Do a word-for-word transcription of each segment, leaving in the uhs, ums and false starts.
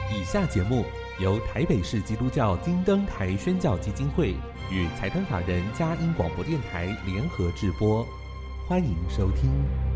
以下节目由台北市基督教金灯台宣教基金会与财团法人佳音广播电台联合制播，欢迎收听。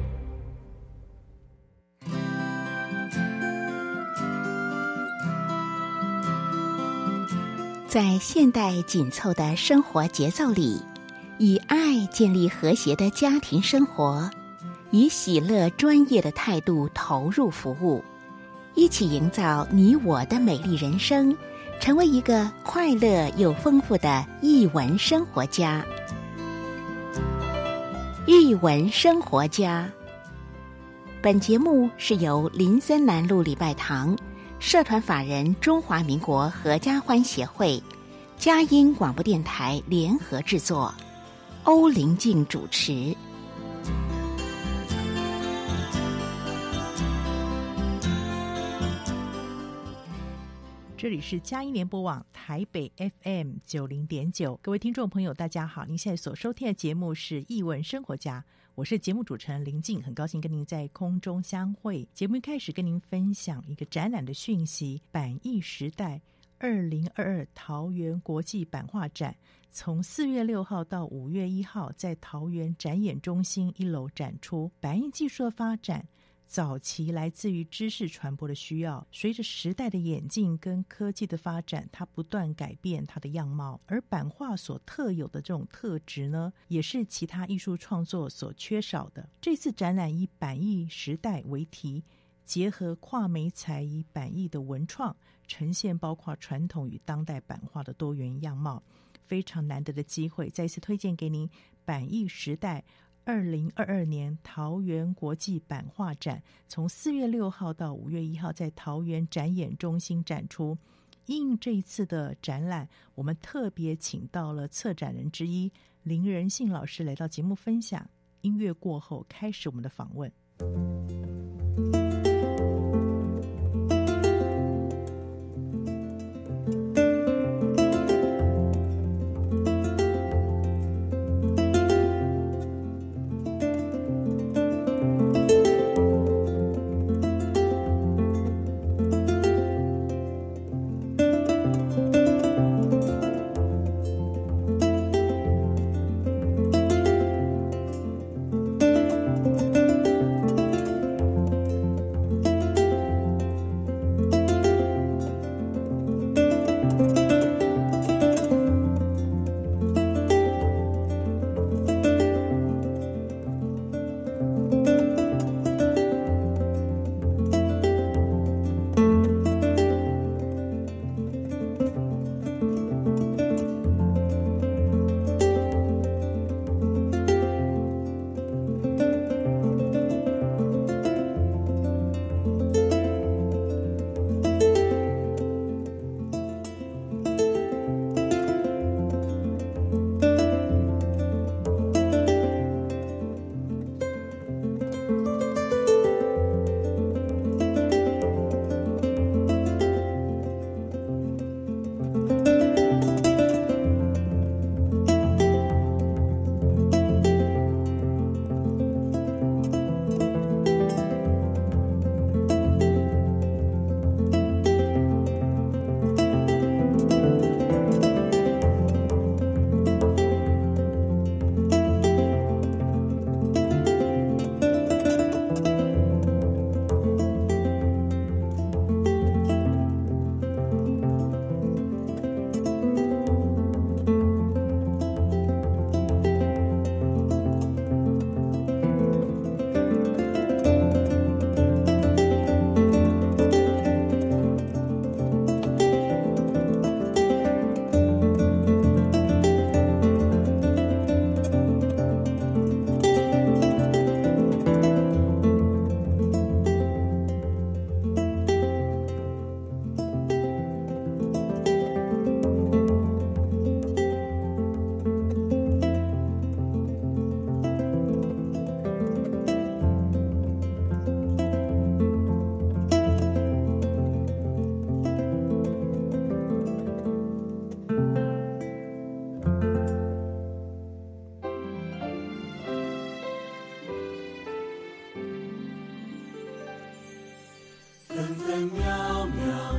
在现代紧凑的生活节奏里，以爱建立和谐的家庭生活，以喜乐专业的态度投入服务，一起营造你我的美丽人生，成为一个快乐又丰富的艺文生活家。艺文生活家，本节目是由林森南路礼拜堂社团法人中华民国合家欢协会、佳音广播电台联合制作，欧玲静主持。 这里是佳音联播网台北 F M 九零点九，各位听众朋友，大家好！您现在所收听的节目是《艺文生活家》，我是节目主持人林静，很高兴跟您在空中相会。节目一开始跟您分享一个展览的讯息：版艺时代二零二二桃园国际版画展，从四月六号到五月一号，在桃园展演中心一楼展出。版艺技术的发展早期来自于知识传播的需要，随着时代的演进跟科技的发展，它不断改变它的样貌，而版画所特有的这种特质呢，也是其他艺术创作所缺少的。这次展览以版艺时代为题，结合跨媒材以版艺的文创，呈现包括传统与当代版画的多元样貌，非常难得的机会，再次推荐给您版艺时代二零二二年桃园国际版画展，从四月六号到五月一号在桃园展演中心展出。因这一次的展览，我们特别请到了策展人之一林仁信老师来到节目分享。音乐过后，开始我们的访问。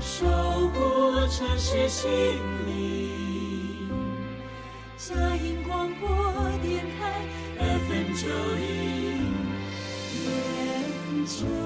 守护城市心灵。佳音广播电台 F M 九零点九。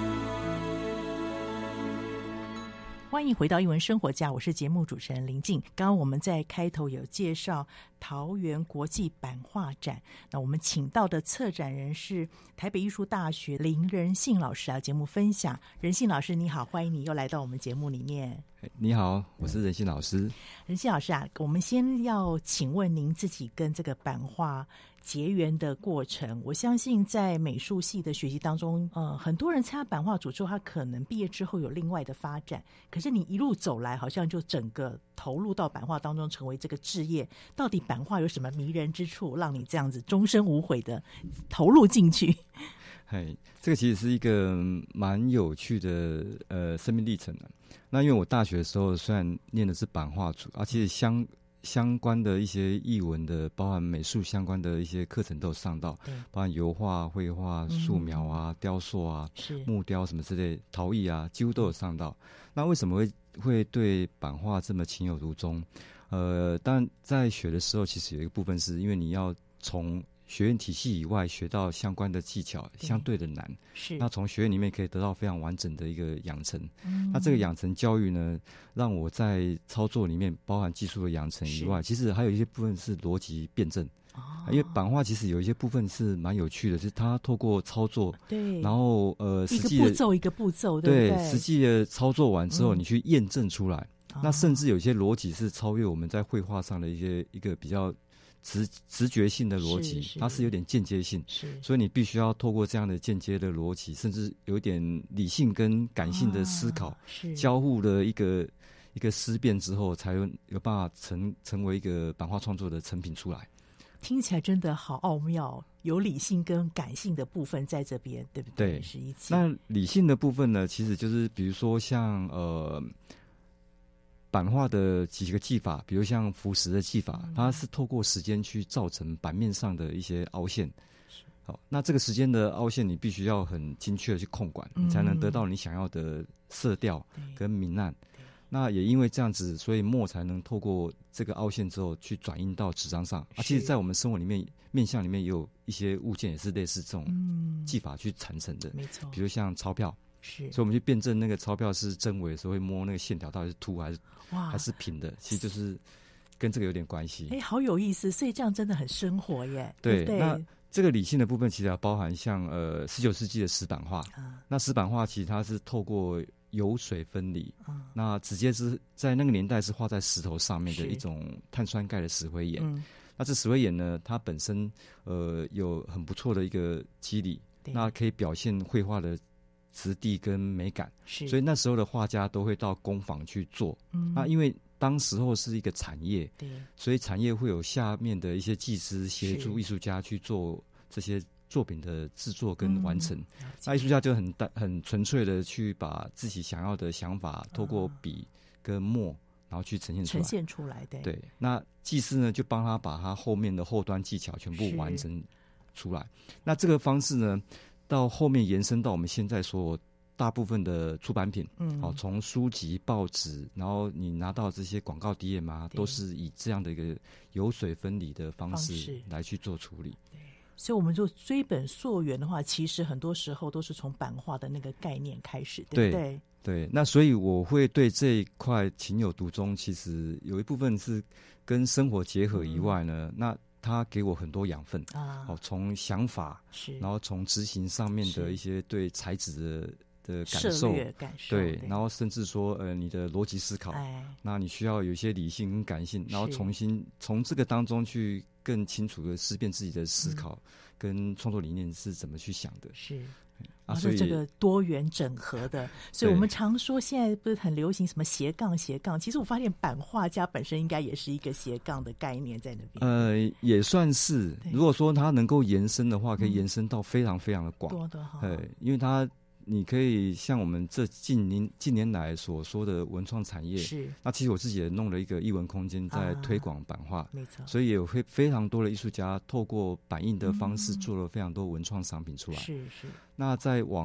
欢迎回到英文生活家，我是节目主持人林静。刚刚我们在开头有介绍桃园国际版画展，那我们请到的策展人是台北艺术大学林仁信老师啊，节目分享。仁信老师你好，欢迎你又来到我们节目里面。 你好，我是仁信老师。 仁信老师啊，我们先要请问您自己跟这个版画结缘的过程。我相信在美术系的学习当中，呃，很多人参加版画组之后，他可能毕业之后有另外的发展。可是你一路走来，好像就整个投入到版画当中，成为这个志业。到底版画有什么迷人之处，让你这样子终身无悔的投入进去？ 嘿，这个其实是一个蛮有趣的呃生命历程啊。那因为我大学的时候虽然念的是版画组啊，其实相相关的一些艺文的，包含美术相关的一些课程都有上到，包含油画、绘画、素描啊、嗯、雕塑啊、木雕什么之类，陶艺啊，几乎都有上到。那为什么会会对版画这么情有独钟？呃，当然在学的时候，其实有一个部分是因为你要从学院体系以外学到相关的技巧，相对的难。是。那从学院里面可以得到非常完整的一个养成。嗯。那这个养成教育呢，让我在操作里面，包含技术的养成以外，其实还有一些部分是逻辑辩证。哦。因为版画其实有一些部分是蛮有趣的，就是它透过操作，对，然后呃，实际的一个步骤一个步骤，对不对？对，实际的操作完之后，嗯、你去验证出来。哦。那甚至有些逻辑是超越我们在绘画上的一些一个比较。直直觉性的逻辑，它是有点间接性，所以你必须要透过这样的间接的逻辑，甚至有点理性跟感性的思考、啊、交互的一个一个思辨之后，才有有办法成成为一个版画创作的成品出来。 听起来真的好奥妙，有理性跟感性的部分在这边，对不对？ 对， 是一起。 那理性的部分呢，其实就是比如说像呃。版画的几个技法，比如像浮石的技法，它是透过时间去造成版面上的一些凹陷。好，那这个时间的凹陷，你必须要很精确的去控管，嗯、你才能得到你想要的色调跟明暗。那也因为这样子，所以墨才能透过这个凹陷之后去转印到纸张上。啊，其实，在我们生活里面，面向里面也有一些物件也是类似这种技法去传承的。没错，比如像钞票。是，所以我们去辩证那个钞票是真伪的时候，会摸那个线条到底是凸还是还是平的，其实就是跟这个有点关系。 哎，好有意思，所以这样真的很生活耶。 对， 对， 那这个理性的部分其实要包含像呃十九世纪的石版画，啊、那石版画其实它是透过油水分离，啊、那直接是在那个年代是画在石头上面的一种碳酸钙的石灰岩。嗯、那这石灰岩呢，它本身呃有很不错的一个肌理，那可以表现绘画的质地跟美感，所以那时候的画家都会到工坊去做。嗯、那因为当时候是一个产业，对，所以产业会有下面的一些技师协助艺术家去做这些作品的制作跟完成。嗯、那艺术家就很单很纯粹的去把自己想要的想法，透过笔跟墨，然后去呈现出来。呈现出来，对。 对，那技师呢就帮他把他后面的后端技巧全部完成出来。那这个方式呢，到后面延伸到我们现在所有大部分的出版品，嗯，好，从书籍、报纸，然后你拿到这些广告 D M 啊，都是以这样的一个油水分离的方式来去做处理。 对，所以我们就追本溯源的话，其实很多时候都是从版画的那个概念开始，对不对？ 对，那所以我会对这一块情有独钟，其实有一部分是跟生活结合以外呢，嗯、那他给我很多养分啊，哦，从想法是，然后从执行上面的一些对材质的。的感受，感受对，对，然后甚至说，呃，你的逻辑思考，哎，那你需要有一些理性跟感性，然后重新从这个当中去更清楚的思辨自己的思考跟创作理念是怎么去想的，是。 啊，所以这个多元整合的，所以我们常说现在不是很流行什么斜杠斜杠，其实我发现版画家本身应该也是一个斜杠的概念在那边。 呃，也算是，如果说它能够延伸的话，可以延伸到非常非常的广，多的哈。对，因为它。你可以像我们这近年近年来所说的文创产业，是那其实我自己也弄了一个艺文空间在推广版画，啊、没错，所以也有非非常多的艺术家透过版印的方式做了非常多文创商品出来。是是。那再往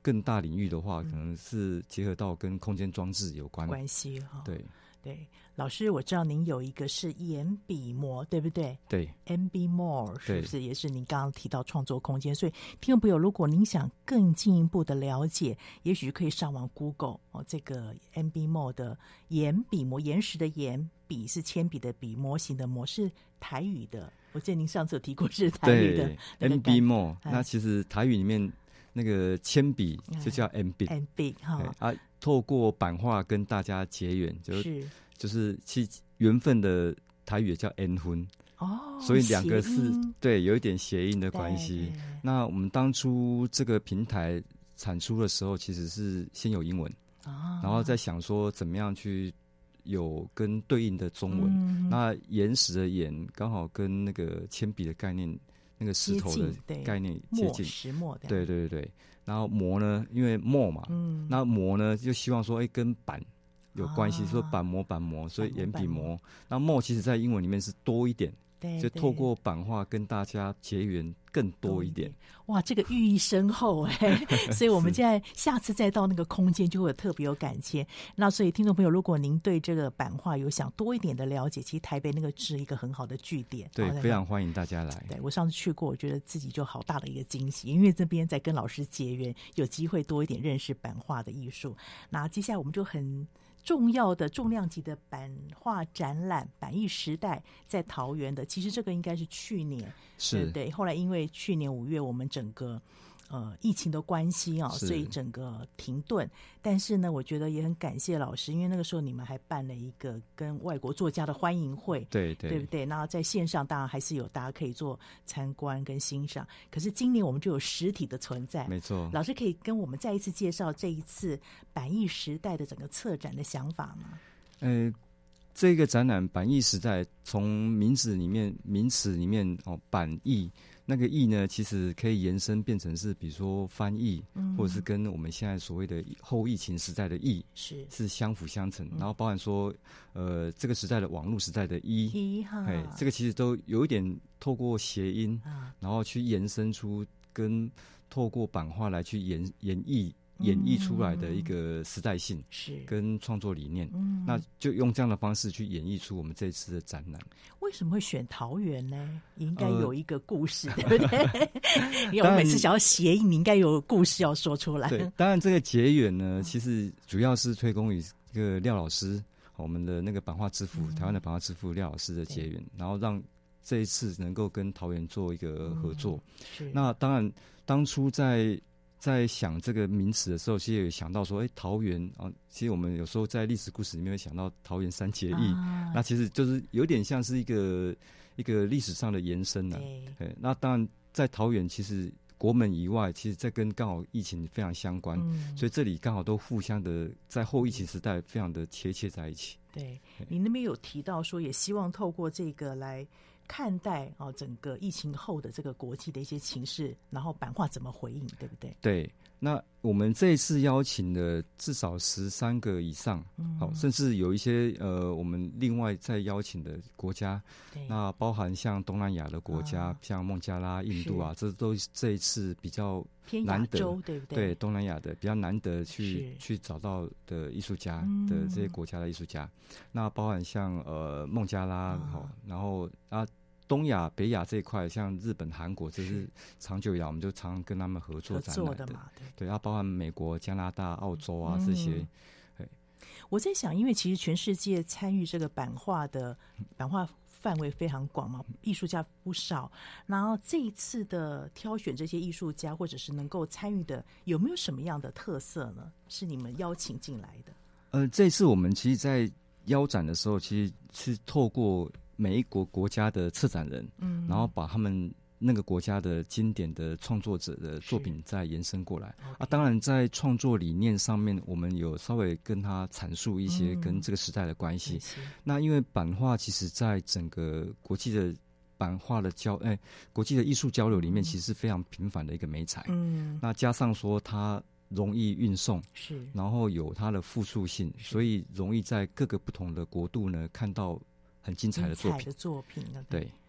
更大领域的话，可能是结合到跟空间装置有关关系哈、哦。 对对，老师，我知道您有一个是眼笔膜，对不对？ 对 ，M B More 是不是也是您刚刚提到创作空间？所以听众朋友，如果您想更进一步的了解，也许可以上网 Google 哦，这个 M B More 的眼笔膜，岩石的岩，笔是铅笔的笔，模型的模是台语的。我记得您上次有提过是台语的、那個、 M B More，、 嗯、 那其实台语里面那个铅笔就叫 M B，M B 哈啊，透过版画跟大家结缘，就是就是其缘分的台语也叫缘分哦， 所以两个是对有一点谐音的关系。那我们当初这个平台产出的时候，其实是先有英文，哦、然后再想说怎么样去有跟对应的中文。嗯、那岩石的岩刚好跟那个铅笔的概念，那个石头的概念接近， 石墨的。 对对对。然后膜呢，因为墨嘛，嗯，那膜呢就希望说，哎，跟板有关系，啊、说板模板模，所以眼笔膜。那墨其实在英文里面是多一点，对，就透过版画跟大家结缘更多一点。 一哇，这个寓意深厚哎，所以我们现在下次再到那个空间就会有特别有感切。那所以听众朋友，如果您对这个版画有想多一点的了解，其实台北那个是一个很好的据点， 对，非常欢迎大家来。 对，我上次去过，我觉得自己就好大的一个惊喜，因为这边在跟老师结缘，有机会多一点认识版画的艺术。那接下来我们就很重要的重量级的版画展览版艺时代在桃园的，其实这个应该是去年， 是对不对？后来因为去年五月我们整个呃疫情的关系啊，所以整个停顿。但是呢，我觉得也很感谢老师，因为那个时候你们还办了一个跟外国作家的欢迎会， 对对， 对不对？那在线上当然还是有大家可以做参观跟欣赏，可是今年我们就有实体的存在， 没错。 老师可以跟我们再一次介绍这一次版艺时代的整个策展的想法吗？ 呃，这个展览版艺时代从名字里面名词里面哦，版艺。那个艺呢，其实可以延伸变成是，比如说翻译，嗯、或者是跟我们现在所谓的后疫情时代的艺是是相辅相成，嗯、然后包含说，呃，这个时代的网络时代的医，哎，这个其实都有一点透过谐音，啊、然后去延伸出跟透过版画来去演演绎。演绎出来的一个时代性是跟创作理念，嗯，那就用这样的方式去演绎出我们这一次的展览。 为什么会选桃园呢？应该有一个故事，呃、对不对？因为我每次想要谐音，你应该有故事要说出来。 对，当然这个结缘呢，其实主要是推公于这个廖老师，我们的那个版画之父，嗯、台湾的版画之父廖老师的结缘，然后让这一次能够跟桃园做一个合作。嗯、是那当然，当初在在想这个名词的时候，其实也想到说，哎，桃园啊，其实我们有时候在历史故事里面会想到桃园三结义，啊、那其实就是有点像是一个一个历史上的延伸呢、啊。对，那当然在桃园，其实国门以外，其实在跟刚好疫情非常相关，嗯、所以这里刚好都互相的在后疫情时代非常的贴切在一起。 对，你那边有提到说，也希望透过这个来看待哦整个疫情后的这个国际的一些情势，然后版画怎么回应，对不对？ 对，那我们这一次邀请的至少十三个以上，嗯，好，甚至有一些呃，我们另外再邀请的国家，那包含像东南亚的国家，啊、像孟加拉、印度啊，这都这一次比较难得， 对不对？ 对，东南亚的比较难得去去找到的艺术家的这些国家的艺术家，嗯、那包含像呃孟加拉，好、啊，然后啊。东亚、北亚这一块，像日本、韩国，这是长久以来我们就常常跟他们合作展览 的, 的嘛，对，对，要包含美国、加拿大、澳洲啊、嗯、这些。 我在想，因为其实全世界参与这个版画的版画范围非常广嘛，艺术家不少。然后这一次的挑选这些艺术家，或者是能够参与的，有没有什么样的特色呢？是你们邀请进来的？ 呃，这次我们其实，在邀展的时候，其实是透过每一国国家的策展人，嗯，然后把他们那个国家的经典的创作者的作品再延伸过来啊。当然，在创作理念上面，我们有稍微跟他阐述一些跟这个时代的关系。嗯、那因为版画其实在整个国际的版画的交，哎，国际的艺术交流里面，其实是非常频繁的一个媒材。嗯，那加上说它容易运送，是，然后有它的复数性，所以容易在各个不同的国度呢看到很精彩的作品。 精彩的作品， 对。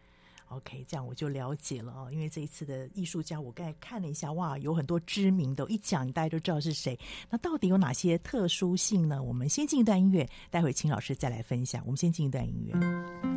OK， 这样我就了解了哦。因为这一次的艺术家，我刚才看了一下，哇，有很多知名的，一讲大家都知道是谁。那到底有哪些特殊性呢？我们先进一段音乐，待会请老师再来分享。我们先进一段音乐。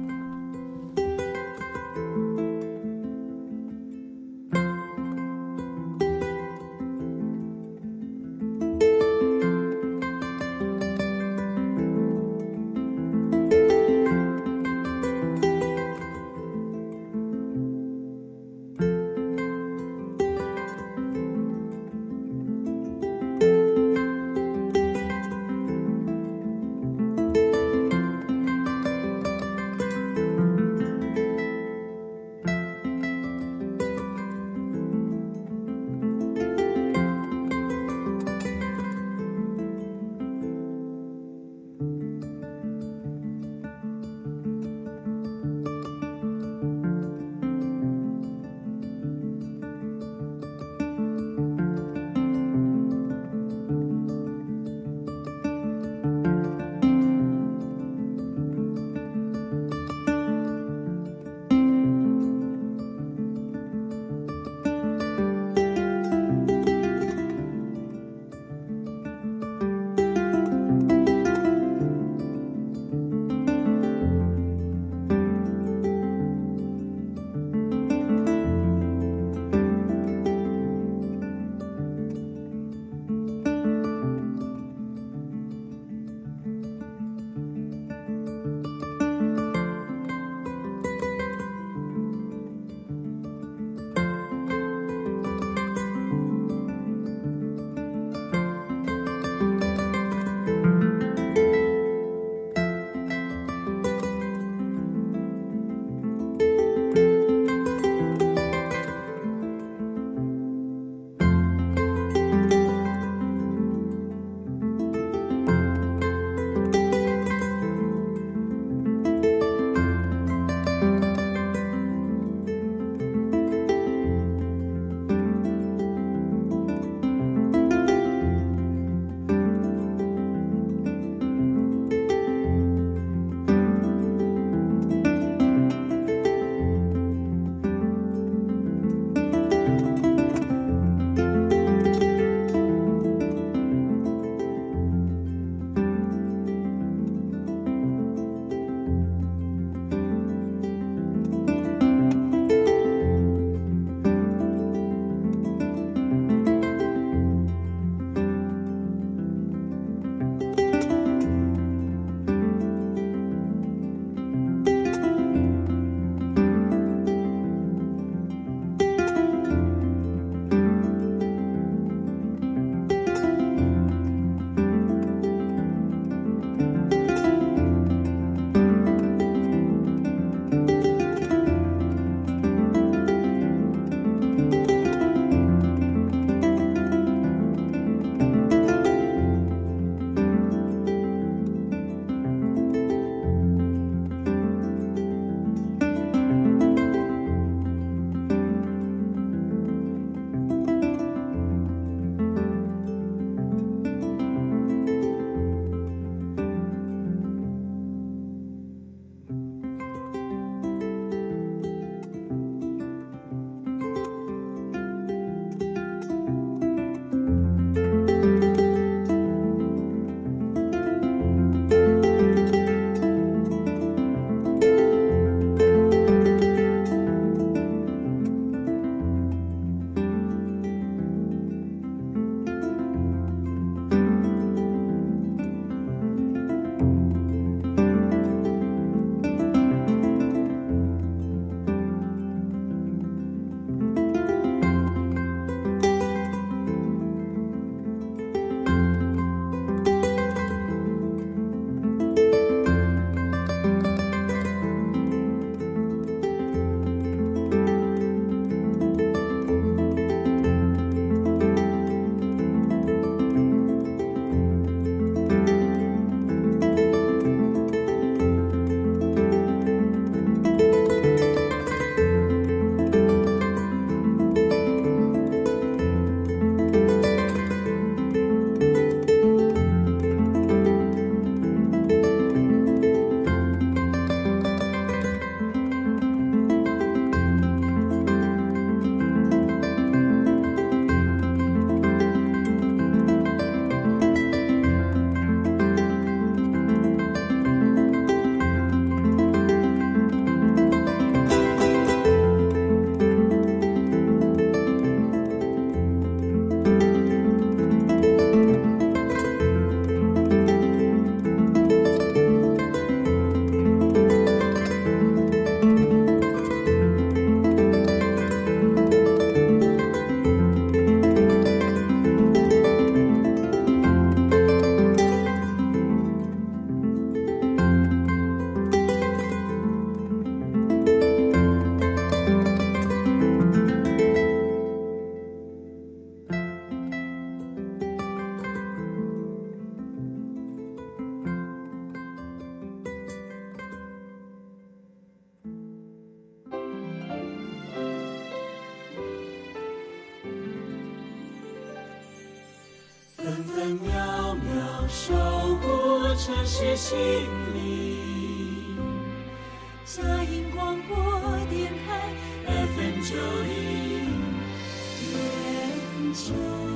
分秒秒守护城市心灵。佳音广播电台 F M 九零点九。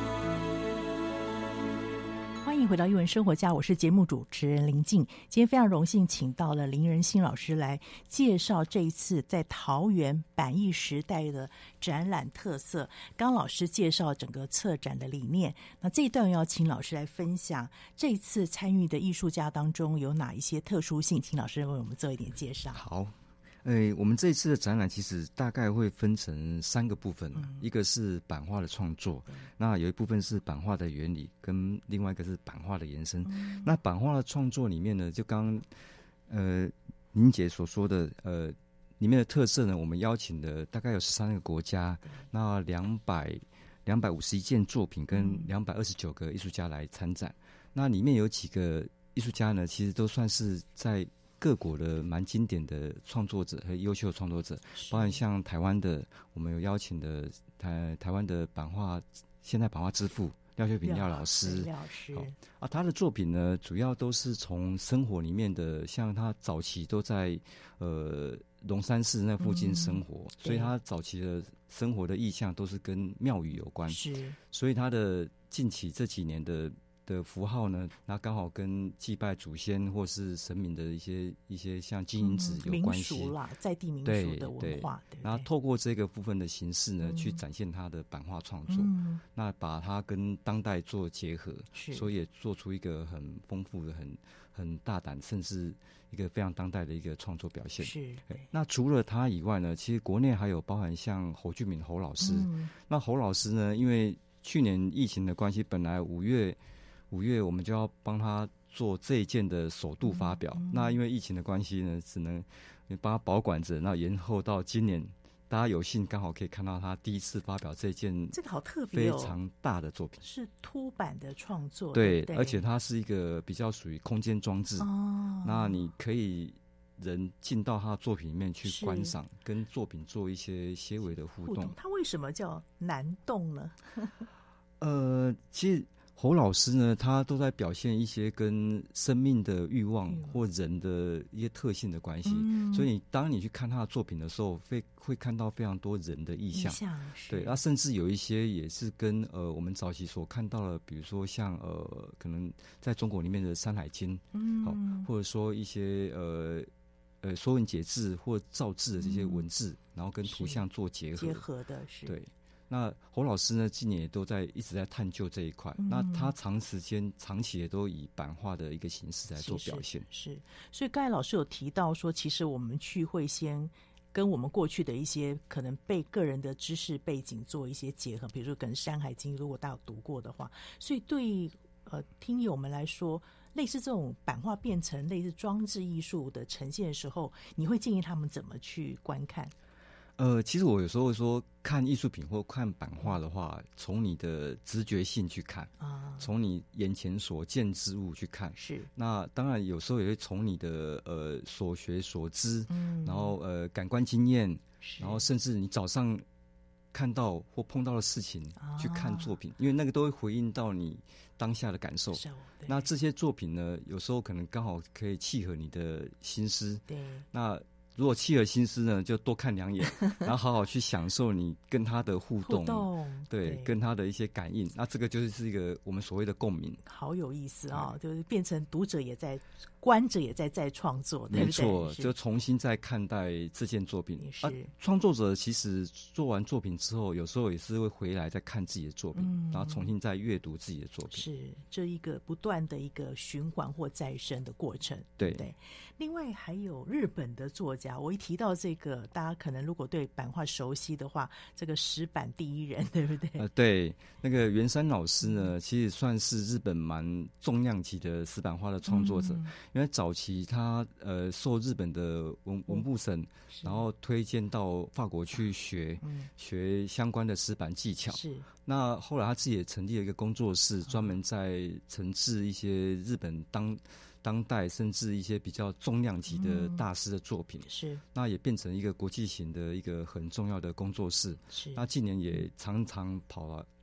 欢迎回到艺文生活家，我是节目主持人林静。今天非常荣幸请到了林仁新老师来介绍这一次在桃园百亿时代的展览特色。刚老师介绍整个策展的理念，那这一段要请老师来分享这一次参与的艺术家当中有哪一些特殊性，请老师为我们做一点介绍。 好。呃，我们这一次的展览其实大概会分成三个部分，嗯、一个是版画的创作，那有一部分是版画的原理，跟另外一个是版画的延伸。嗯、那版画的创作里面呢，就刚呃林姐所说的，呃，里面的特色呢，我们邀请的大概有十三个国家，那两百两百五十一件作品跟两百二十九个艺术家来参展。嗯、那里面有几个艺术家呢，其实都算是在各国的蛮经典的创作者和优秀的创作者，包含像台湾的，我们有邀请的台台湾的版画现代版画之父廖学平廖老师。 廖老师啊，他的作品呢，主要都是从生活里面的，像他早期都在呃龙山寺那附近生活，嗯、所以他早期的生活的意象都是跟庙宇有关。 是， 所以他的近期这几年的。的符号呢，那刚好跟祭拜祖先或是神明的一些一些像金银纸有关系， 民俗啦，在地民俗的文化。对对， 然后透过这个部分的形式呢，嗯、去展现他的版画创作，嗯、那把它跟当代做结合，所以也做出一个很丰富的、很很大胆，甚至一个非常当代的一个创作表现。 是。 那除了他以外呢，其实国内还有包含像侯俊敏侯老师。嗯、那侯老师呢，因为去年疫情的关系，本来五月。五月我们就要帮他做这一件的首度发表，嗯嗯、那因为疫情的关系呢，只能帮他保管着，那延后到今年，大家有幸刚好可以看到他第一次发表这件这个好特别非常大的作品， 是凸版的创作， 对， 对， 而且它是一个比较属于空间装置，哦，那你可以人进到他的作品里面去观赏，跟作品做一些些微的互动。互动它为什么叫南洞呢？ 呃，其实。侯老师呢，他都在表现一些跟生命的欲望或人的一些特性的关系，嗯、所以你当你去看他的作品的时候，会会看到非常多人的意象，意象对，那、啊、甚至有一些也是跟呃我们早期所看到的，比如说像呃可能在中国里面的《山海经》，嗯，好，或者说一些呃呃《说文解字》或造字的这些文字，嗯、然后跟图像做结合， 结合的是对。那侯老师呢，近年也都在一直在探究这一块。嗯、那他长时间、长期也都以版画的一个形式来做表现。 是，是是所以刚才老师有提到说，其实我们去会先跟我们过去的一些可能被个人的知识背景做一些结合，比如说可能《山海经》，如果大家有读过的话，所以对呃听友们来说，类似这种版画变成类似装置艺术的呈现的时候，你会建议他们怎么去观看？ 呃，其实我有时候说看艺术品或看版画的话，从你的直觉性去看啊，从你眼前所见之物去看。是。那当然有时候也会从你的呃所学所知，嗯，然后呃感官经验，然后甚至你早上看到或碰到的事情去看作品，啊、因为那个都会回应到你当下的感受。那这些作品呢，有时候可能刚好可以契合你的心思。对。那如果契合心思呢，就多看两眼，然后好好去享受你跟他的互动，互动对，对，跟他的一些感应。那这个就是一个我们所谓的共鸣， 好有意思啊、哦！就是变成读者也在，观者也在在创作，对不对？ 没错，就重新再看待这件作品。是啊，创作者其实做完作品之后，有时候也是会回来再看自己的作品，嗯、然后重新再阅读自己的作品。 是这一个不断的一个循环或再生的过程。对对。另外还有日本的作家，我一提到这个，大家可能如果对版画熟悉的话，这个石版第一人，对不对？ 呃，对，那个原山老师呢，其实算是日本蛮重量级的石版画的创作者，嗯、因为早期他呃受日本的文文部省，然后推荐到法国去学、嗯、学相关的石版技巧。是。那后来他自己也成立了一个工作室，专门在陈制一些日本当。当代甚至一些比较重量级的大师的作品，嗯、是那也变成一个国际型的一个很重要的工作室。是那近年也常常跑了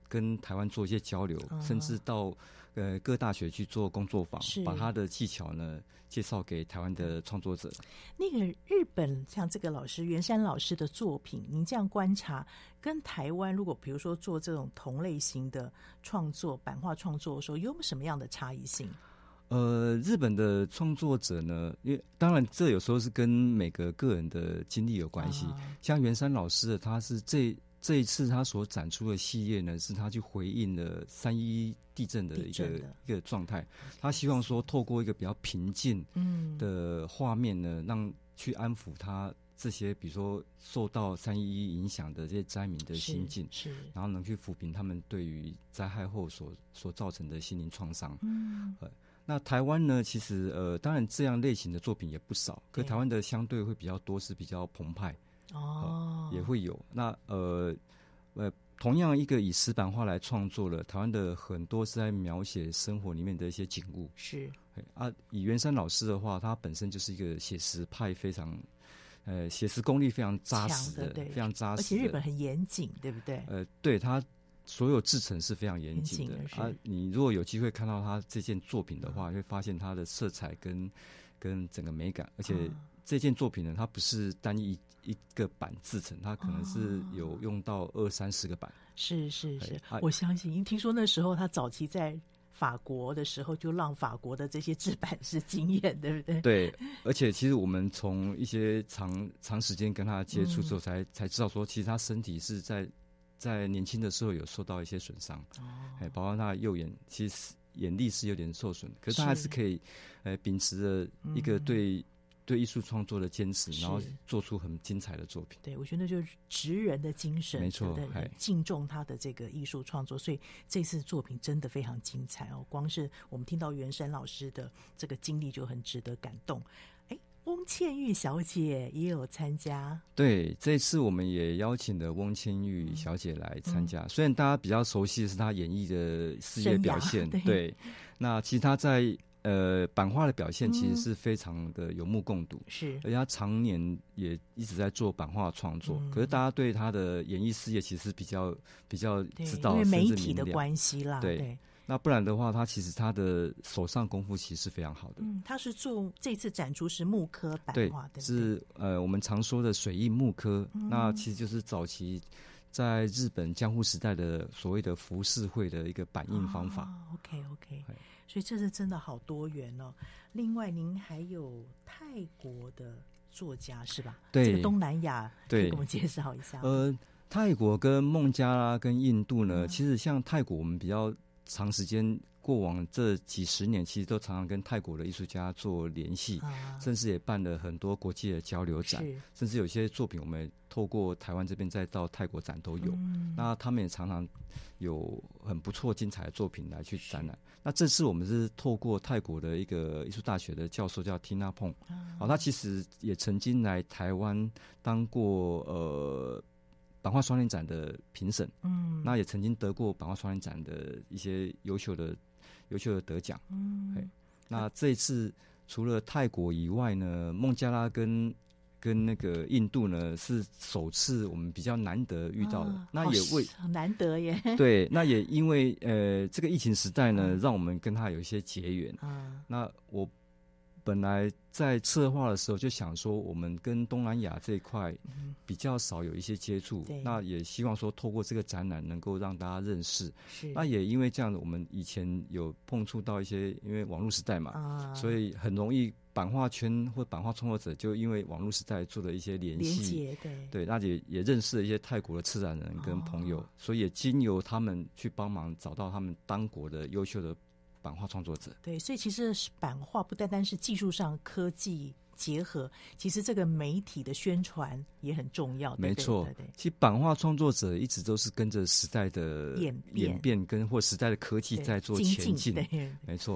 跟台湾做一些交流， 嗯、 甚至到呃各大学去做工作坊， 是把他的技巧呢介绍给台湾的创作者。 那个日本像这个老师袁山老师的作品，您这样观察，跟台湾如果比如说做这种同类型的创作版画创作的时候，有没有什么样的差异性？ 呃，日本的创作者呢，因为当然这有时候是跟每个个人的经历有关系。 啊、 像袁山老师的，他是这这一次他所展出的系列呢，是他去回应了三一地震的一个一个状态。他希望说，透过一个比较平静的画面呢，嗯、让去安抚他这些比如说受到三一一影响的这些灾民的心境， 是，是然后能去抚平他们对于灾害后所所造成的心灵创伤。 嗯。 呃那台湾呢？其实呃，当然这样类型的作品也不少，可台湾的相对会比较多，是比较澎湃哦、呃， 也会有。那呃呃，同样一个以石板画来创作了，台湾的很多是在描写生活里面的一些景物。 是啊，以袁山老师的话，他本身就是一个写实派非常呃写实功力非常扎实的， 的非常扎实的， 而且日本很严谨，对不对？ 呃，对他。所有制程是非常严谨的啊！你如果有机会看到他这件作品的话，嗯、会发现他的色彩跟跟整个美感，而且这件作品呢，它不是单一一个版制成，它可能是有用到二三十个版。 是是是，啊、我相信，因为听说那时候他早期在法国的时候，就让法国的这些制版师惊艳，对不对？ 对，而且其实我们从一些长长时间跟他接触之后才，才、嗯、才知道说，其实他身体是在。在年轻的时候有受到一些损伤，哎、哦，包括他的右眼，其实眼力是有点受损，可是他还是可以，呃，秉持着一个对、嗯、对艺术创作的坚持，然后做出很精彩的作品。 对，我觉得就是职人的精神， 没错， 很敬重他的这个艺术创作，所以这次作品真的非常精彩哦。光是我们听到袁山老师的这个经历就很值得感动。翁倩玉小姐也有参加， 对，这次我们也邀请了翁倩玉小姐来参加。嗯、虽然大家比较熟悉的是她演艺的事业表现，对，对，那其实她在呃版画的表现其实是非常的有目共睹，是、嗯，而且她常年也一直在做版画创作。嗯、可是大家对她的演艺事业其实比较比较知道， 因为媒体的关系啦，对。对那不然的话，他其实他的手上功夫其实是非常好的。 嗯，他是做这次展出是木刻版画，对，对是呃我们常说的水印木刻、嗯。那其实就是早期在日本江户时代的所谓的浮世绘的一个版印方法。 哦、OK OK， 所以这是真的好多元哦。另外，您还有泰国的作家是吧？ 对， 这个东南亚可以给我们介绍一下。 呃，泰国跟孟加拉跟印度呢，嗯、其实像泰国我们比较。长时间过往这几十年，其实都常常跟泰国的艺术家做联系、啊，甚至也办了很多国际的交流展，甚至有些作品我们透过台湾这边再到泰国展都有、嗯。那他们也常常有很不错精彩的作品来去展览。那这次我们是透过泰国的一个艺术大学的教授叫 Tina Pong， 啊、哦，他其实也曾经来台湾当过呃。版画双年展的评审，嗯，那也曾经得过版画双年展的一些优秀的、优秀的得奖，嗯，那这一次除了泰国以外呢，孟加拉跟跟那个印度呢是首次我们比较难得遇到的，啊、那也为很难得耶， 对，那也因为呃这个疫情时代呢，嗯、让我们跟他有一些结缘，啊，那我。本来在策划的时候就想说，我们跟东南亚这一块比较少有一些接触、嗯，那也希望说透过这个展览能够让大家认识。那也因为这样，我们以前有碰触到一些，因为网络时代嘛、啊，所以很容易版画圈或版画创作者就因为网络时代做了一些联系，对，对，那也也认识了一些泰国的策展人跟朋友、哦，所以也经由他们去帮忙找到他们当国的优秀的。版画创作者， 对，所以其实版画不单单是技术上科技结合，其实这个媒体的宣传也很重要。 没错，对对对，其实版画创作者一直都是跟着时代的演变，演变跟或时代的科技在做前进。 对， 没错。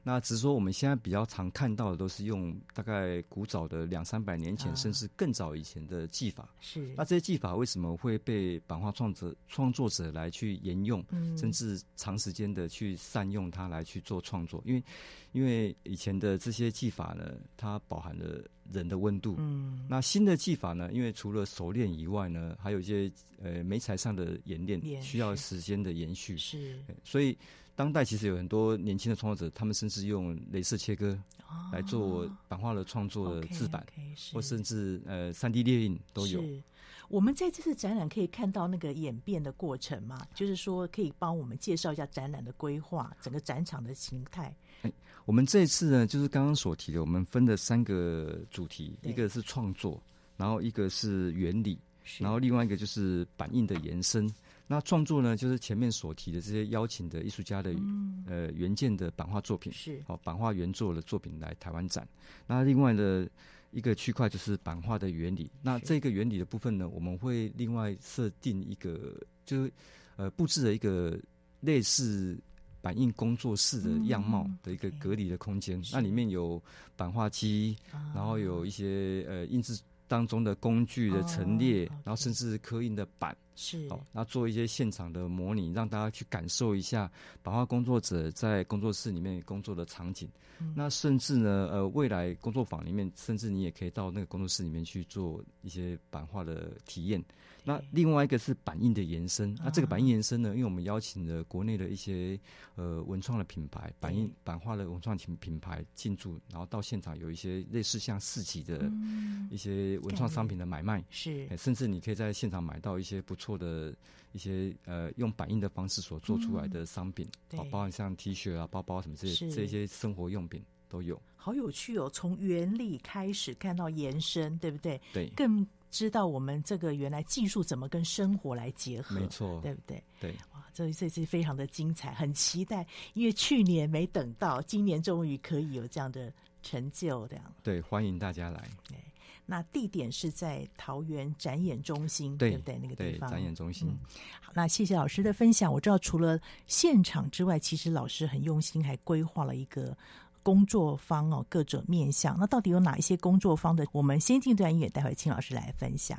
那只是说我们现在比较常看到的都是用大概古早的两三百年前、啊、甚至更早以前的技法。 是。 那这些技法为什么会被版画创作创作者来去沿用、嗯，甚至长时间的去善用它来去做创作？因为因为以前的这些技法呢，它饱含了人的温度。嗯。那新的技法呢，因为除了熟练以外呢，还有一些呃媒材上的演练，需要时间的延续。是。所以当代其实有很多年轻的创作者，他们甚至用雷射切割来做版画的创作的制版， okay, okay, 或甚至呃三 D 列印都有。 是。我们在这次展览可以看到那个演变的过程嘛？就是说，可以帮我们介绍一下展览的规划，整个展场的形态。 欸、我们这一次呢，就是刚刚所提的，我们分了三个主题，一个是创作，然后一个是原理，然后另外一个就是版印的延伸。那创作呢，就是前面所提的这些邀请的艺术家的、嗯、呃原件的版画作品，是哦，版画原作的作品来台湾展。那另外的一个区块就是版画的原理。那这个原理的部分呢，我们会另外设定一个，就是呃布置了一个类似版印工作室的样貌的一个隔离的空间。嗯、那里面有版画机，啊、然后有一些呃印制当中的工具的陈列，哦 okay、然后甚至刻印的板。是，好，那做一些现场的模拟，让大家去感受一下版画工作者在工作室里面工作的场景。嗯、那甚至呢，呃，未来工作坊里面，甚至你也可以到那个工作室里面去做一些版画的体验。那另外一个是版印的延伸，那这个版印延伸呢，因为我们邀请了国内的一些呃文创的品牌，版印版画的文创品品牌进驻，然后到现场有一些类似像市集的一些文创商品的买卖，嗯、是、欸，甚至你可以在现场买到一些不错的一些呃用版印的方式所做出来的商品，嗯、包括像 T 恤啊、包包什么这些这些生活用品都有。 好有趣哦，从原理开始看到延伸，对不对？ 对， 更知道我们这个原来技术怎么跟生活来结合， 没错， 对不对？ 对， 哇，这这次非常的精彩，很期待，因为去年没等到，今年终于可以有这样的成就，这样。 对，欢迎大家来。 对，那地点是在桃园展演中心， 对, 对不对？那个地方展演中心、嗯。 好，那谢谢老师的分享。我知道除了现场之外，其实老师很用心，还规划了一个工作坊哦，各种面向。那到底有哪一些工作坊的？我们先进段音乐，待会请老师来分享。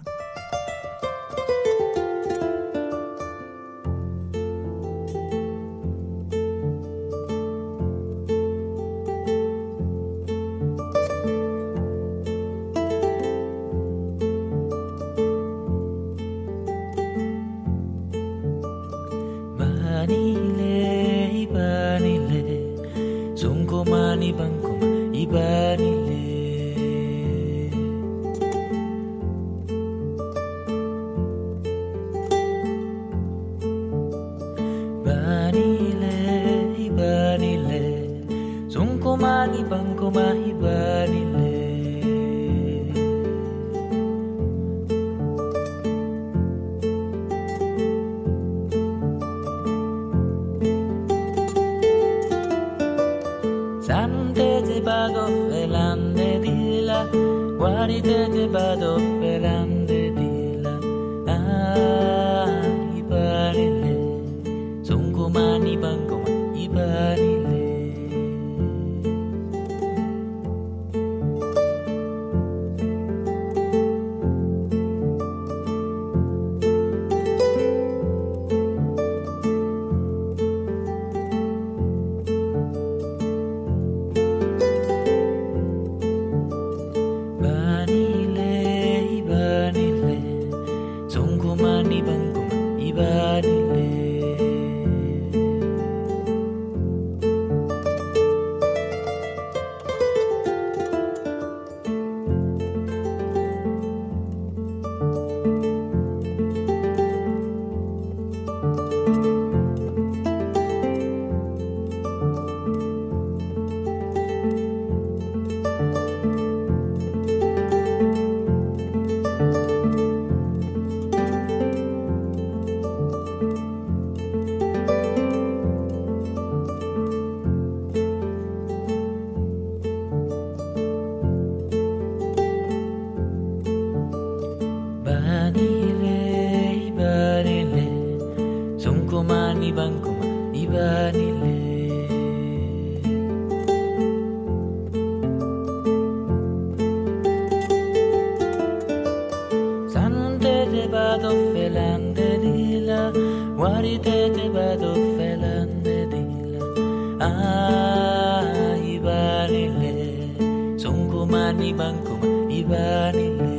mani mangkuma ibanile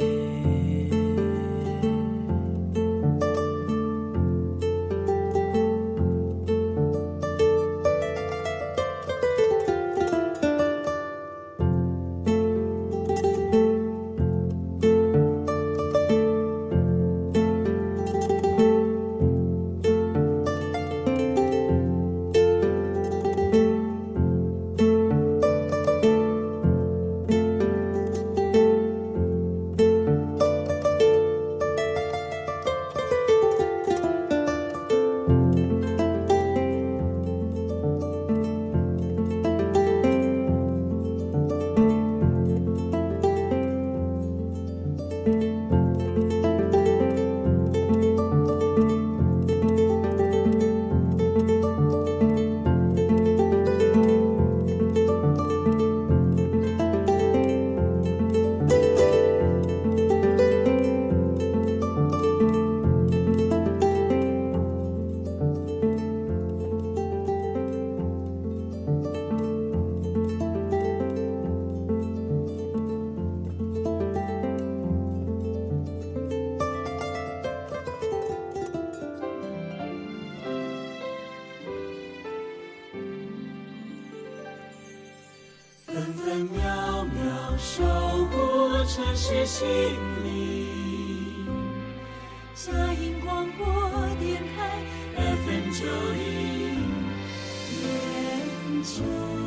分分秒秒守护城市心灵，嘉义广播电台 F M 九零点九。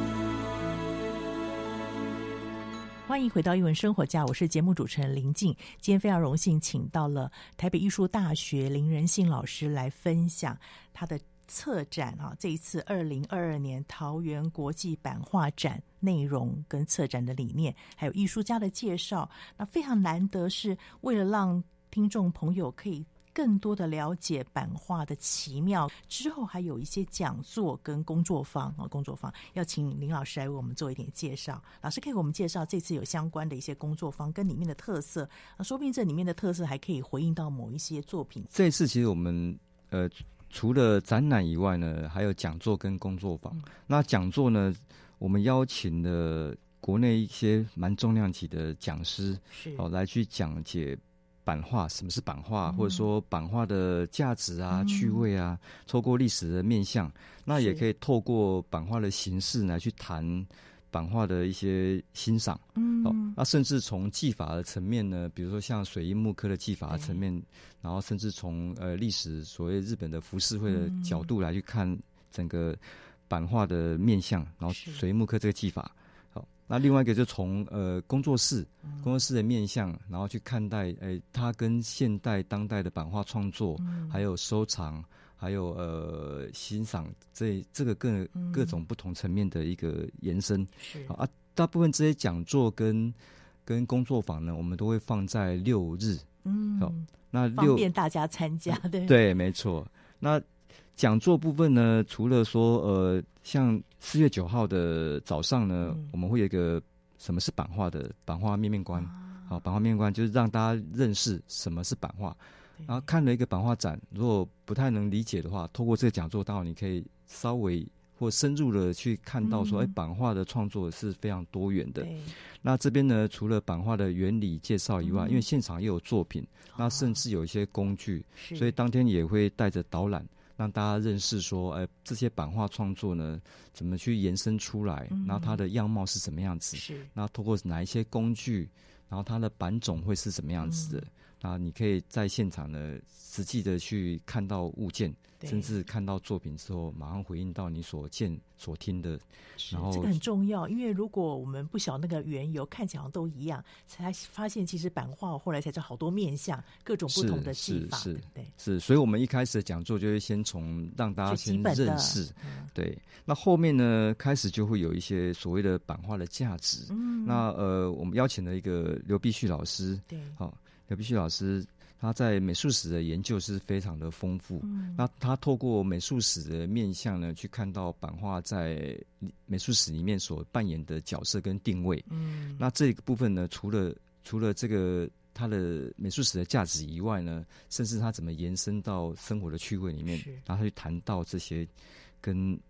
欢迎回到艺文生活家，我是节目主持人林静。今天非常荣幸请到了台北艺术大学林仁信老师来分享他的策展啊，这一次二零二二年桃园国际版画展内容跟策展的理念，还有艺术家的介绍。那非常难得，是为了让听众朋友可以更多的了解版画的奇妙，之后还有一些讲座跟工作坊啊，工作坊要请林老师来为我们做一点介绍。老师可以给我们介绍这次有相关的一些工作坊跟里面的特色，啊，说不定这里面的特色还可以回应到某一些作品。 这一次其实我们呃除了展览以外呢，还有讲座跟工作坊。嗯、那讲座呢，我们邀请了国内一些蛮重量级的讲师，哦，来去讲解版画，什么是版画，嗯、或者说版画的价值啊、嗯、趣味啊，透过历史的面向，那也可以透过版画的形式来去谈版画的一些欣赏。嗯，哦，那甚至从技法的层面呢，比如说像水印木刻的技法的层面，然后甚至从呃历史所谓日本的浮世绘的角度来去看整个版画的面向，然后水印木刻这个技法。好，那另外一个就从呃工作室工作室的面向，然后去看待诶它跟现代当代的版画创作，嗯、还有收藏，还有呃欣赏这这个各各种不同层面的一个延伸。是啊，大部分这些讲座跟跟工作坊呢，我们都会放在六日。嗯，好，那六方便大家参加。对对，没错。那讲座部分呢，除了说呃，像四月九号的早上呢，嗯、我们会有一个什么是版画的版画面面观。啊、好，版画面面观就是让大家认识什么是版画。然后看了一个版画展，如果不太能理解的话，透过这个讲座，当然你可以稍微或深入的去看到说，哎、嗯，版画的创作是非常多元的。那这边呢，除了版画的原理介绍以外，嗯、因为现场也有作品，那甚至有一些工具，哦、所以当天也会带着导览，让大家认识说，哎，这些版画创作呢，怎么去延伸出来，嗯、然后它的样貌是什么样子，是，然后透过哪一些工具，然后它的版种会是什么样子的。嗯，那你可以在现场呢，实际的去看到物件，甚至看到作品之后，马上回应到你所见所听的。然后这个很重要，因为如果我们不晓得那个缘由，看起来好像都一样，才发现其实版画后来才知道好多面向，各种不同的技法， 是是对对是。所以我们一开始的讲座就会先从让大家先认识，嗯、对。那后面呢，开始就会有一些所谓的版画的价值。嗯，那呃，我们邀请了一个刘必旭老师，对，好、哦。刘必旭老师他在美术史的研究是非常的丰富，嗯、那他透过美术史的面向呢，去看到版画在美术史里面所扮演的角色跟定位。嗯，那这个部分呢，除了除了这个他的美术史的价值以外呢，甚至他怎么延伸到生活的趣味里面，然后他去谈到这些跟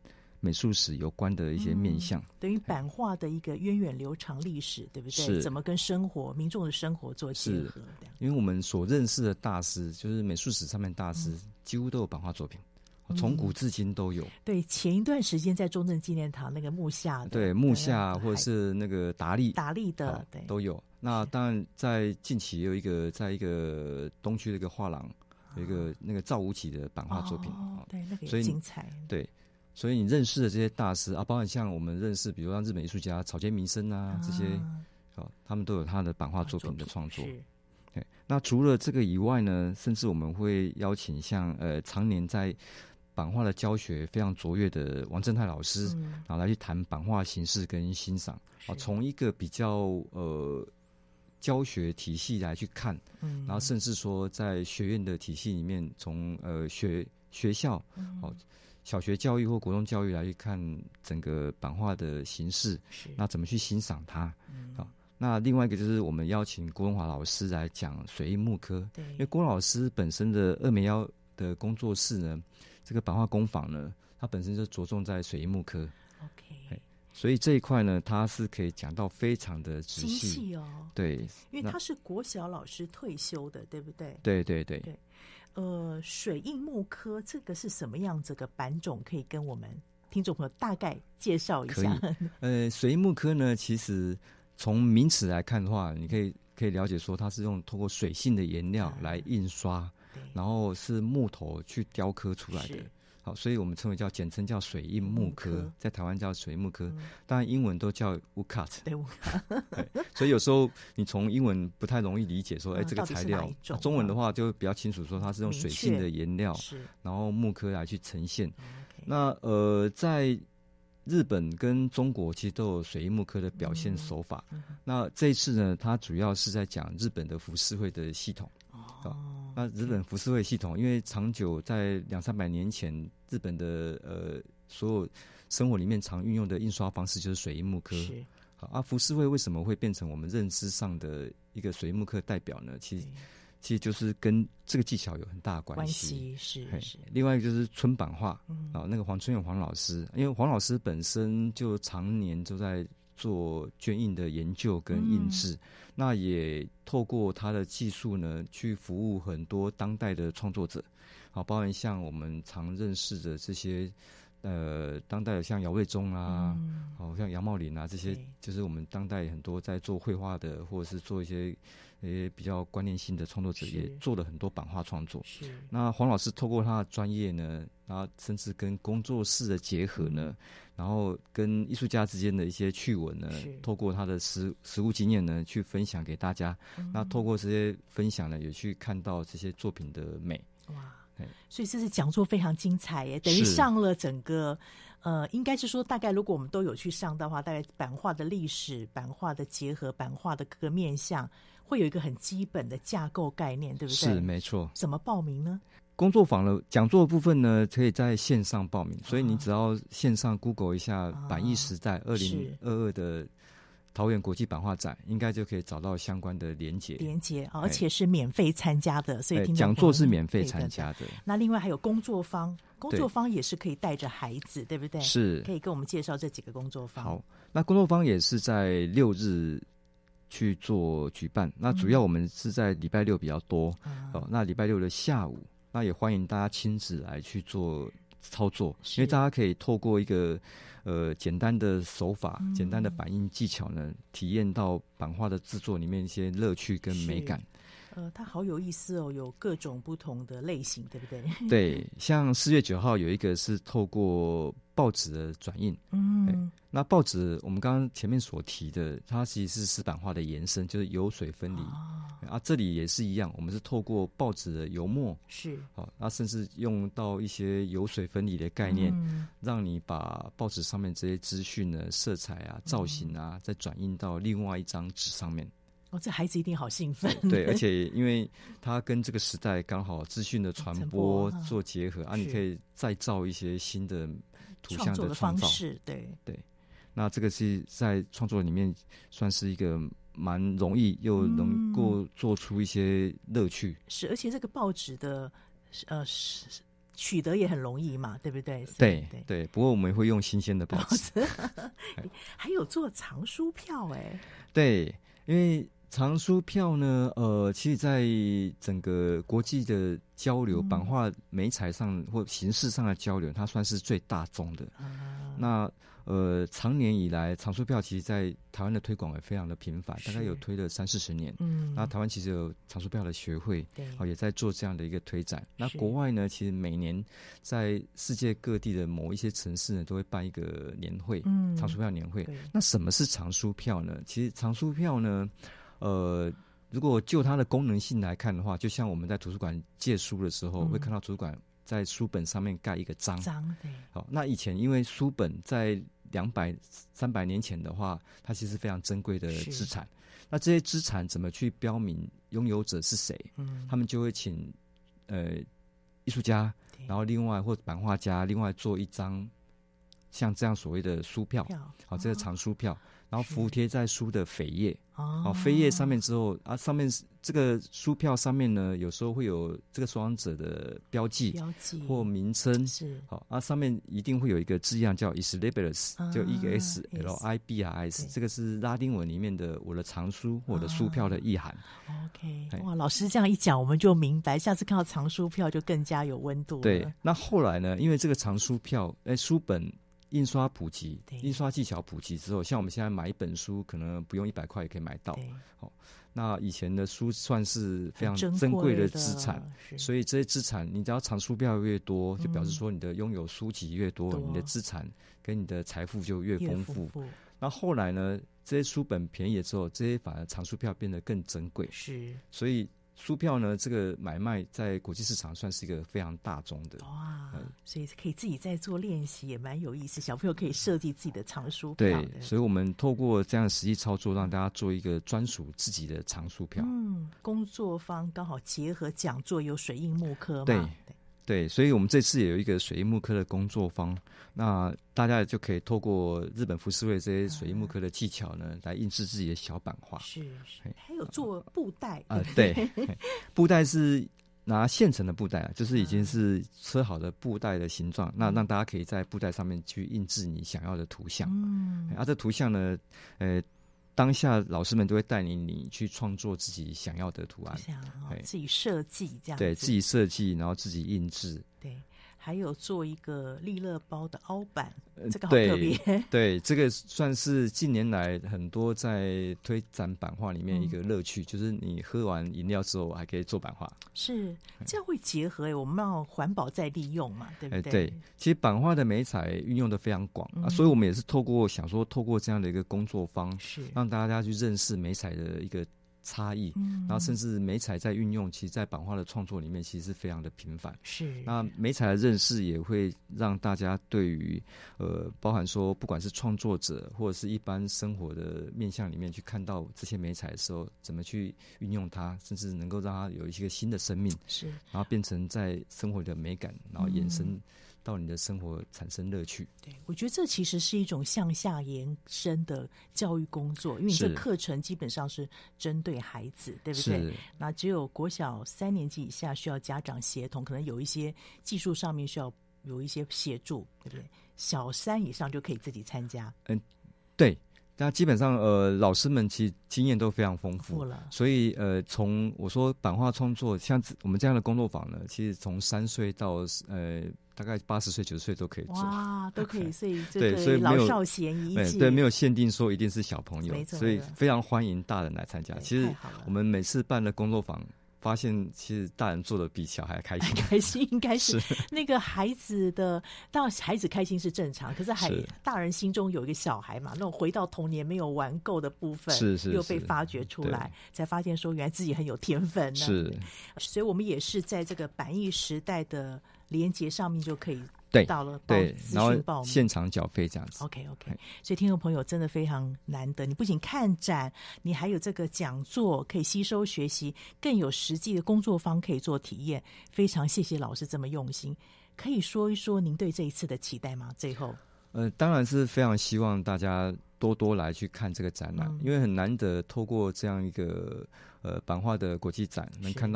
美术史有关的一些面向， 嗯、等于版画的一个源远流长历史，对不对？ 是怎么跟生活、民众的生活做结合？ 因为我们所认识的大师，就是美术史上面大师，嗯、几乎都有版画作品。从古至今都有、嗯。 对，前一段时间在中正纪念堂那个木下的， 对木下或者是那个达利达利的，对都有。那当然，在近期也有一个，在一个东区的一个画廊，有一个那个赵无极的版画作品， 哦，对，那个也精彩。 对，所以你认识的这些大师啊，包含像我们认识，比如像日本艺术家草间弥生啊这些，哦，他们都有他的版画作品的创作。对，那除了这个以外呢，甚至我们会邀请像呃常年在版画的教学非常卓越的王正泰老师，嗯、然后来去谈版画形式跟欣赏，啊，从一个比较呃教学体系来去看，嗯，然后甚至说在学院的体系里面，从呃学学校，哦、嗯，小学教育或国中教育来去看整个版画的形式，那怎么去欣赏它，嗯、啊。那另外一个就是我们邀请郭文华老师来讲水印木刻，对，因为郭老师本身的二梅幺的工作室呢，这个版画工坊呢，它本身就着重在水印木刻 ，OK， 所以这一块呢，它是可以讲到非常的仔细， 精细哦， 对， 因为他是国小老师退休的，对不对？ 对对对对，呃，水印木刻这个是什么样子的版种？可以跟我们听众朋友大概介绍一下。 可以，呃，水印木刻呢，其实从名词来看的话，你可以可以了解说，它是用透过水性的颜料来印刷，嗯、然后是木头去雕刻出来的。好，所以我们称为叫简称叫水印木刻，在台湾叫水印木刻，嗯、当然英文都叫 woodcut。 对 woodcut。 所以有时候你从英文不太容易理解说，哎、嗯，这个材料，啊、中文的话就比较清楚说它是用水性的颜料，然后木刻来去呈现。Okay. 那呃，在日本跟中国其实都有水印木刻的表现手法。嗯嗯、那这一次呢，它主要是在讲日本的浮世绘的系统。哦，那日本浮世绘系统，因为长久在两三百年前，日本的呃所有生活里面常运用的印刷方式就是水印木刻。是。好，啊，浮世绘为什么会变成我们认知上的一个水印木刻代表呢？其实。其实就是跟这个技巧有很大的关系， 关系是是。 另外一个就是春版画，嗯、啊，那个黄春勇黄老师，因为黄老师本身就常年都在做絹印的研究跟印制，嗯、那也透过他的技术呢，去服务很多当代的创作者，啊，包含像我们常认识的这些。呃，当代的像姚卫忠啊，嗯、哦，像杨茂林啊，这些就是我们当代很多在做绘画的，或者是做一些一些比较观念性的创作者，也做了很多版画创作。是。那黄老师透过他的专业呢，然后甚至跟工作室的结合呢，嗯、然后跟艺术家之间的一些趣闻呢，透过他的实实务经验呢，去分享给大家。嗯、那透过这些分享呢，也去看到这些作品的美。 哇。所以这次讲座非常精彩耶，等于上了整个，呃，应该是说大概如果我们都有去上的话，大概版画的历史、版画的结合、版画的各个面向，会有一个很基本的架构概念，对不对？ 是，没错。 怎么报名呢？ 工作坊的讲座部分呢，可以在线上报名，所以你只要线上 Google 一下“版艺时代二零二二”的。桃园国际版画展应该就可以找到相关的连结， 连结，而且是免费参加的，所以听讲座是免费参加的。 那另外还有工作坊，工作坊也是可以带着孩子，对不对？ 是， 可以跟我们介绍这几个工作坊。 好，那工作坊也是在六日去做举办，那主要我们是在礼拜六比较多，嗯、哦，那礼拜六的下午，那也欢迎大家亲自来去做操作，因为大家可以透过一个。呃，简单的手法、嗯、简单的版印技巧呢，体验到版画的制作里面一些乐趣跟美感。 呃，它好有意思哦，有各种不同的类型，对不对？ 对，像四月九号有一个是透过报纸的转印，嗯，那报纸我们刚刚前面所提的，它其实是石版画的延伸，就是油水分离、哦、啊，这里也是一样，我们是透过报纸的油墨， 是， 好、啊，那甚至用到一些油水分离的概念，嗯、让你把报纸上面这些资讯呢、色彩啊、造型啊，嗯、再转印到另外一张纸上面。 哦，这孩子一定好兴奋。 对，而且因为他跟这个时代刚好资讯的传播做结合啊，你可以再造一些新的图像的创造。 方式，对对。那这个是在创作里面算是一个蛮容易又能够做出一些乐趣。 嗯、是，而且这个报纸的呃取得也很容易嘛，对不对？ 对对对，不过我们会用新鲜的报纸。 还有做藏书票哎， 对，因为藏书票呢，呃，其实在整个国际的交流、 嗯、 版画媒材上或形式上的交流，它算是最大宗的。啊、那呃，长年以来，藏书票其实在台湾的推广也非常的频繁，大概有推了三四十年。嗯，那台湾其实有藏书票的学会，对，哦，也在做这样的一个推展。那国外呢，其实每年在世界各地的某一些城市呢，都会办一个年会，嗯，藏书票年会。那什么是藏书票呢？其实藏书票呢，呃，如果就它的功能性来看的话，就像我们在图书馆借书的时候，嗯、会看到图书馆在书本上面盖一个章。 章，对。 好，那以前因为书本在两百、三百年前的话，它其实非常珍贵的资产。那这些资产怎么去标明拥有者是谁？嗯，他们就会请呃艺术家，然后另外或者版画家另外做一张像这样所谓的书票，好，这个藏书票。然后服贴在书的扉页，哦，扉页上面之后啊，上面这个书票上面呢，有时候会有这个收藏者的标记、标记或名称，是好啊，上面一定会有一个字样叫 Ex Libris，、啊、就 E S L I B R S， 这个是拉丁文里面的我的藏书、我的书票的意涵。 啊、OK， 哇，老师这样一讲，我们就明白，下次看到藏书票就更加有温度了。 对，那后来呢，因为这个藏书票，哎，书本印刷普及，印刷技巧普及之后，像我们现在买一本书，可能不用一百块也可以买到。哦，那以前的书算是非常珍贵的资产，所以这些资产，你只要藏书票越多，就表示说你的拥有书籍越多，嗯、你的资产跟你的财富就越丰富。那后来呢，这些书本便宜了之后，这些反而藏书票变得更珍贵。是，所以书票呢，这个买卖在国际市场算是一个非常大众的。 哇，嗯、所以可以自己在做练习，也蛮有意思。小朋友可以设计自己的藏书票。 对，所以我们透过这样的实际操作，让大家做一个专属自己的藏书票。 嗯，工作坊刚好结合讲座，有水印木刻嘛。 对。对，所以我们这次也有一个水印木刻的工作坊，那大家就可以透过日本浮世绘这些水印木刻的技巧呢，嗯、来印制自己的小版画。 是是，还有做布袋啊、呃，对，布袋是拿现成的布袋啊，就是已经是车好的布袋的形状，嗯、那让大家可以在布袋上面去印制你想要的图像。嗯，啊，这图像呢，呃。当下老师们都会带领你去创作自己想要的图案， 哦、自己设计这样子， 对自己设计，然后自己印制。 对，还有做一个利乐包的凹版，这个好特别。 对, 对，这个算是近年来很多在推展版画里面一个乐趣，嗯、就是你喝完饮料之后还可以做版画。 是，这样会结合哎、欸，我们要环保再利用嘛，对不对？ 对，其实版画的媒材运用的非常广、嗯、啊，所以我们也是透过想说，透过这样的一个工作坊，是让大家去认识媒材的一个差异，嗯、然后甚至媒材在运用，其实在版画的创作里面，其实是非常的频繁。是，那媒材的认识也会让大家对于呃，包含说不管是创作者或者是一般生活的面向里面去看到这些媒材的时候，怎么去运用它，甚至能够让它有一些新的生命，是，然后变成在生活的美感，然后延伸到你的生活产生乐趣。 对，我觉得这其实是一种向下延伸的教育工作，因为你这课程基本上是针对孩子，对不对？那只有国小三年级以下需要家长协同，可能有一些技术上面需要有一些协助，对不对？小三以上就可以自己参加。 嗯，对。那基本上，呃，老师们其实经验都非常丰富了，所以呃，从我说版画创作，像我们这样的工作坊呢，其实从三岁到呃大概八十岁、九十岁都可以做， 哇，都可以，所以对，所以老少咸宜， 对对，没有限定说一定是小朋友，所以非常欢迎大人来参加。其实我们每次办的工作坊，发现其实大人做的比小孩开心， 开心应该是那个孩子的，当然孩子开心是正常，可是还大人心中有一个小孩嘛，那种回到童年没有玩够的部分，是是又被发掘出来，才发现说原来自己很有天分呢。是，所以我们也是在这个版艺时代的连结上面就可以。 对， 到了对，然后现场缴费这样子。 OK OK， 所以听众朋友真的非常难得，你不仅看展，你还有这个讲座可以吸收学习，更有实际的工作坊可以做体验。非常谢谢老师这么用心，可以说一说您对这一次的期待吗？最后， 呃，当然是非常希望大家多多来去看这个展览，嗯、因为很难得透过这样一个呃版画的国际展，能看到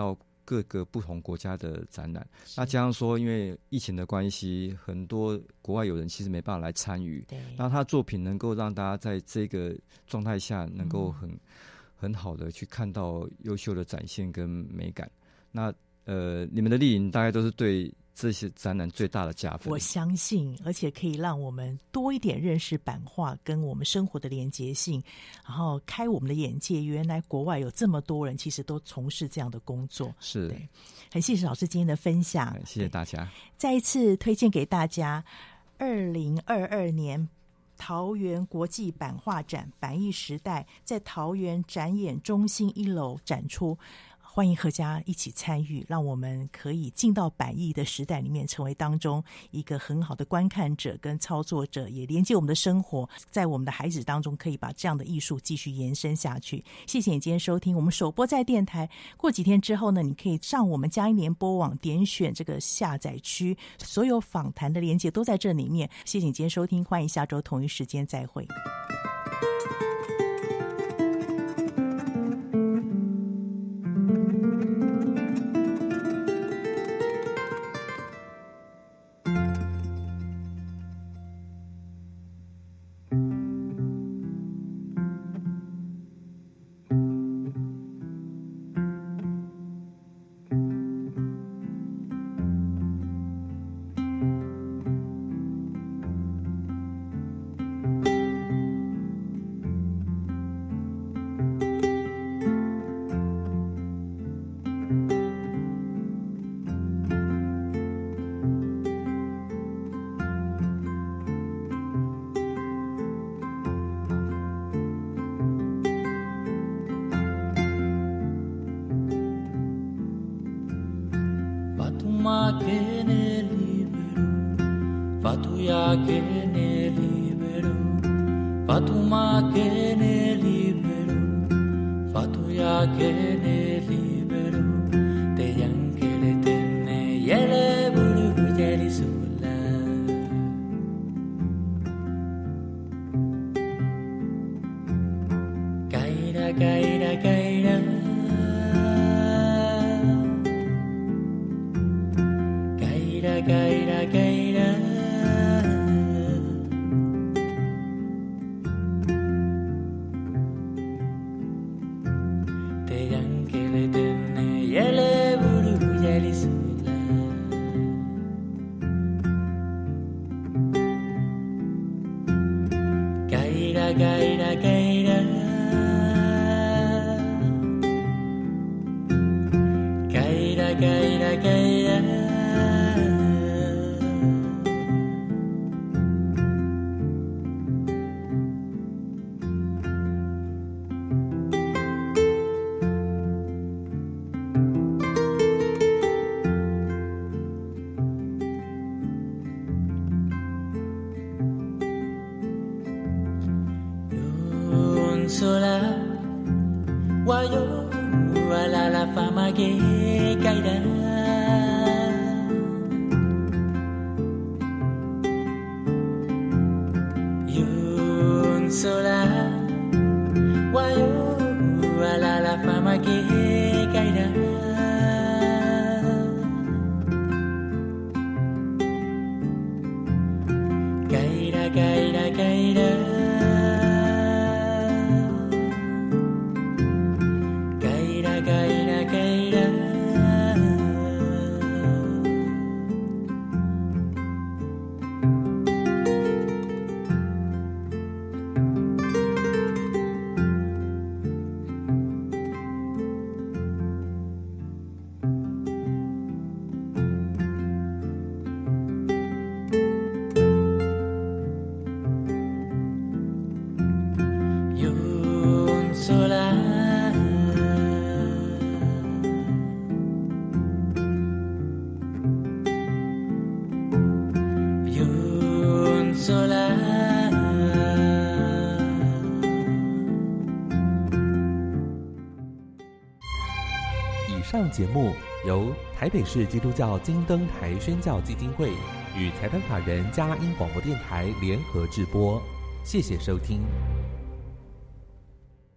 各个不同国家的展览。那加上说，因为疫情的关系，很多国外友人其实没办法来参与。 对， 那他的作品能够让大家在这个状态下，能够很、嗯、很好的去看到优秀的展现跟美感。那呃，你们的莅临大概都是对这些展览最大的加分。 我相信，而且可以让我们多一点认识版画跟我们生活的连结性，然后开我们的眼界，原来国外有这么多人其实都从事这样的工作。 是， 对，很谢谢老师今天的分享， 谢谢大家。 再一次推荐给大家二零二二年桃园国际版画展版艺时代在桃园展演中心一楼展出，欢迎阖家一起参与，让我们可以进到版艺的时代里面，成为当中一个很好的观看者跟操作者，也连接我们的生活，在我们的孩子当中可以把这样的艺术继续延伸下去。谢谢你今天收听，我们首播在电台，过几天之后呢，你可以上我们佳音联播网点选这个下载区，所有访谈的连结都在这里面。谢谢你今天收听，欢迎下周同一时间再会。 以上节目由台北市基督教金灯台宣教基金会与财团法人佳音广播电台联合制播，谢谢收听。